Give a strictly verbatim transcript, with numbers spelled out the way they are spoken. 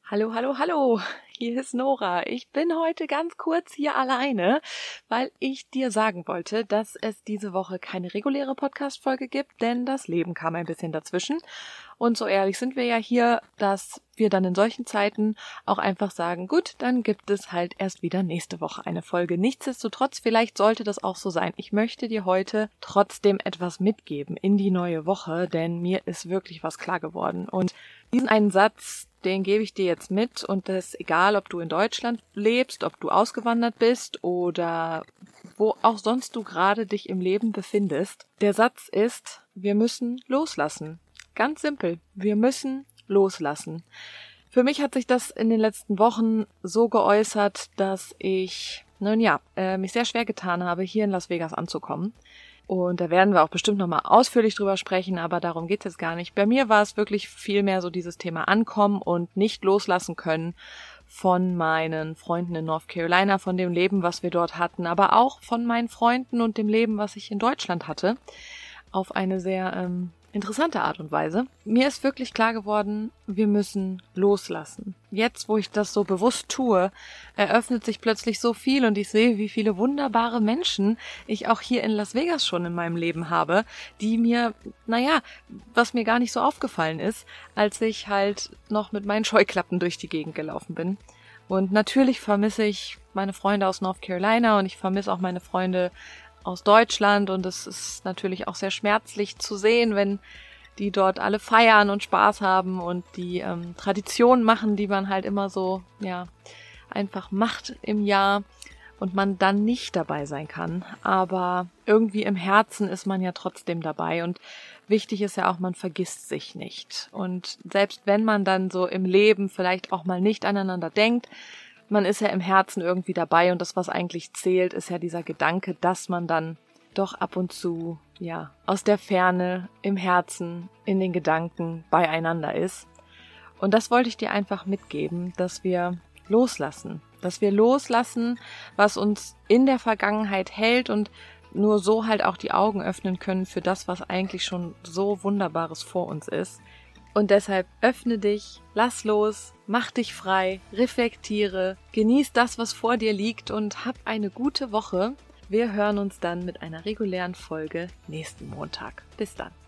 Hallo, hallo, hallo, hier ist Nora. Ich bin heute ganz kurz hier alleine, weil ich dir sagen wollte, dass es diese Woche keine reguläre Podcast-Folge gibt, denn das Leben kam ein bisschen dazwischen. Und so ehrlich sind wir ja hier, dass wir dann in solchen Zeiten auch einfach sagen, gut, dann gibt es halt erst wieder nächste Woche eine Folge. Nichtsdestotrotz, vielleicht sollte das auch so sein. Ich möchte dir heute trotzdem etwas mitgeben in die neue Woche, denn mir ist wirklich was klar geworden. Und diesen einen Satz, den gebe ich dir jetzt mit, und das ist egal, ob du in Deutschland lebst, ob du ausgewandert bist oder wo auch sonst du gerade dich im Leben befindest. Der Satz ist, wir müssen loslassen. Ganz simpel, wir müssen loslassen. Für mich hat sich das in den letzten Wochen so geäußert, dass ich, nun ja, äh, mich sehr schwer getan habe, hier in Las Vegas anzukommen. Und da werden wir auch bestimmt nochmal ausführlich drüber sprechen, aber darum geht's jetzt gar nicht. Bei mir war es wirklich viel mehr so dieses Thema Ankommen und nicht loslassen können von meinen Freunden in North Carolina, von dem Leben, was wir dort hatten, aber auch von meinen Freunden und dem Leben, was ich in Deutschland hatte, auf eine sehr ähm, interessante Art und Weise. Mir ist wirklich klar geworden, wir müssen loslassen. Jetzt, wo ich das so bewusst tue, eröffnet sich plötzlich so viel und ich sehe, wie viele wunderbare Menschen ich auch hier in Las Vegas schon in meinem Leben habe, die mir, naja, was mir gar nicht so aufgefallen ist, als ich halt noch mit meinen Scheuklappen durch die Gegend gelaufen bin. Und natürlich vermisse ich meine Freunde aus North Carolina und ich vermisse auch meine Freunde aus Deutschland, und es ist natürlich auch sehr schmerzlich zu sehen, wenn die dort alle feiern und Spaß haben und die ähm, Traditionen machen, die man halt immer so, ja, einfach macht im Jahr und man dann nicht dabei sein kann. Aber irgendwie im Herzen ist man ja trotzdem dabei, und wichtig ist ja auch, man vergisst sich nicht. Und selbst wenn man dann so im Leben vielleicht auch mal nicht aneinander denkt, man ist ja im Herzen irgendwie dabei, und das, was eigentlich zählt, ist ja dieser Gedanke, dass man dann doch ab und zu, ja, aus der Ferne, im Herzen, in den Gedanken beieinander ist. Und das wollte ich dir einfach mitgeben, dass wir loslassen, dass wir loslassen, was uns in der Vergangenheit hält, und nur so halt auch die Augen öffnen können für das, was eigentlich schon so Wunderbares vor uns ist. Und deshalb öffne dich, lass los, mach dich frei, reflektiere, genieß das, was vor dir liegt, und hab eine gute Woche. Wir hören uns dann mit einer regulären Folge nächsten Montag. Bis dann.